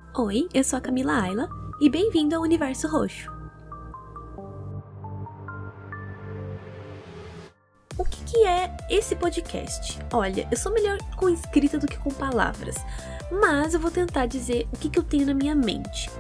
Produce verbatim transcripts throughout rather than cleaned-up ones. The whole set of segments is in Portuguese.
Oi, eu sou a Camila Ayla e bem-vindo ao Universo Roxo. O que, que é esse podcast? Olha, eu sou melhor com escrita do que com palavras, mas eu vou tentar dizer o que, que eu tenho na minha mente.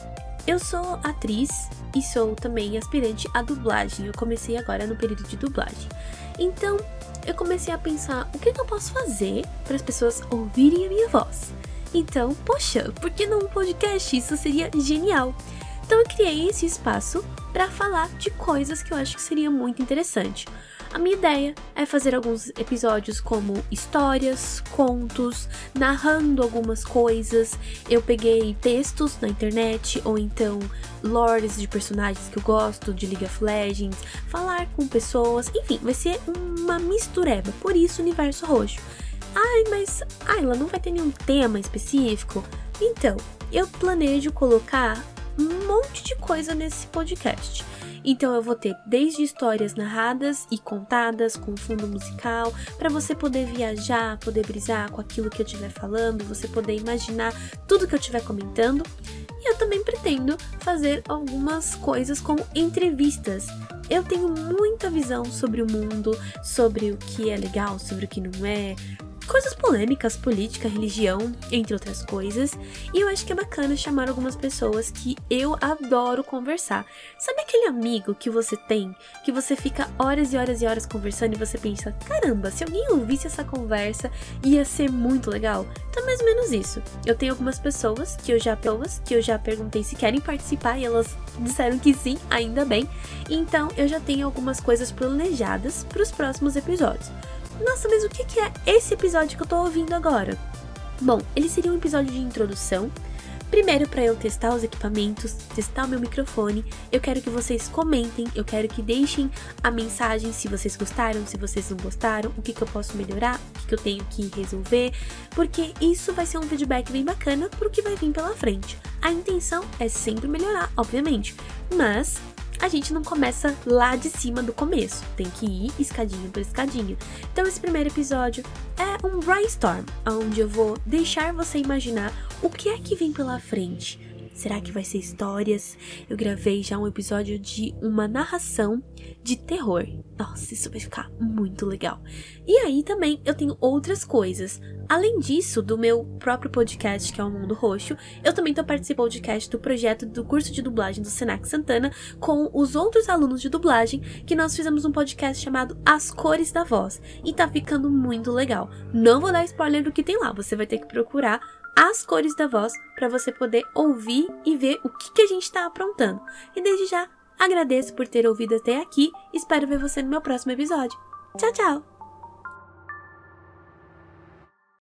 Eu sou atriz e sou também aspirante à dublagem. Eu comecei agora no período de dublagem. Então, eu comecei a pensar o que, que eu posso fazer para as pessoas ouvirem a minha voz. Então, poxa, por que não um podcast? Isso seria genial. Então eu criei esse espaço para falar de coisas que eu acho que seria muito interessante. A minha ideia é fazer alguns episódios como histórias, contos, narrando algumas coisas. Eu peguei textos na internet ou então lores de personagens que eu gosto, de League of Legends, falar com pessoas, enfim, vai ser uma mistureba, por isso Universo Roxo. Ai, mas Ayla, não vai ter nenhum tema específico? Então, eu planejo colocar um monte de coisa nesse podcast. Então eu vou ter desde histórias narradas e contadas com fundo musical, para você poder viajar, poder brisar com aquilo que eu estiver falando, você poder imaginar tudo que eu estiver comentando. E eu também pretendo fazer algumas coisas como entrevistas. Eu tenho muita visão sobre o mundo, sobre o que é legal, sobre o que não é, coisas polêmicas, política, religião, entre outras coisas. E eu acho que é bacana chamar algumas pessoas que eu adoro conversar. Sabe aquele amigo que você tem, que você fica horas e horas e horas conversando e você pensa, caramba, se alguém ouvisse essa conversa, ia ser muito legal? Então é mais ou menos isso. Eu tenho algumas pessoas que eu já, pessoas que eu já perguntei se querem participar e elas disseram que sim, ainda bem. Então eu já tenho algumas coisas planejadas para os próximos episódios. Nossa, mas o que é esse episódio que eu tô ouvindo agora? Bom, ele seria um episódio de introdução. Primeiro, para eu testar os equipamentos, testar o meu microfone. Eu quero que vocês comentem, eu quero que deixem a mensagem se vocês gostaram, se vocês não gostaram, o que, que eu posso melhorar, o que, que eu tenho que resolver, porque isso vai ser um feedback bem bacana pro que vai vir pela frente. A intenção é sempre melhorar, obviamente, mas a gente não começa lá de cima do começo, tem que ir escadinha por escadinha. Então esse primeiro episódio é um brainstorm, onde eu vou deixar você imaginar o que é que vem pela frente. Será que vai ser histórias? Eu gravei já um episódio de uma narração de terror. Nossa, isso vai ficar muito legal. E aí também eu tenho outras coisas. Além disso, do meu próprio podcast, que é o Mundo Roxo, eu também tô participando do podcast do projeto do curso de dublagem do Senac Santana com os outros alunos de dublagem, que nós fizemos um podcast chamado As Cores da Voz. E tá ficando muito legal. Não vou dar spoiler do que tem lá, você vai ter que procurar As Cores da Voz para você poder ouvir e ver o que, que a gente tá aprontando. E desde já, agradeço por ter ouvido até aqui. Espero ver você no meu próximo episódio. Tchau, tchau!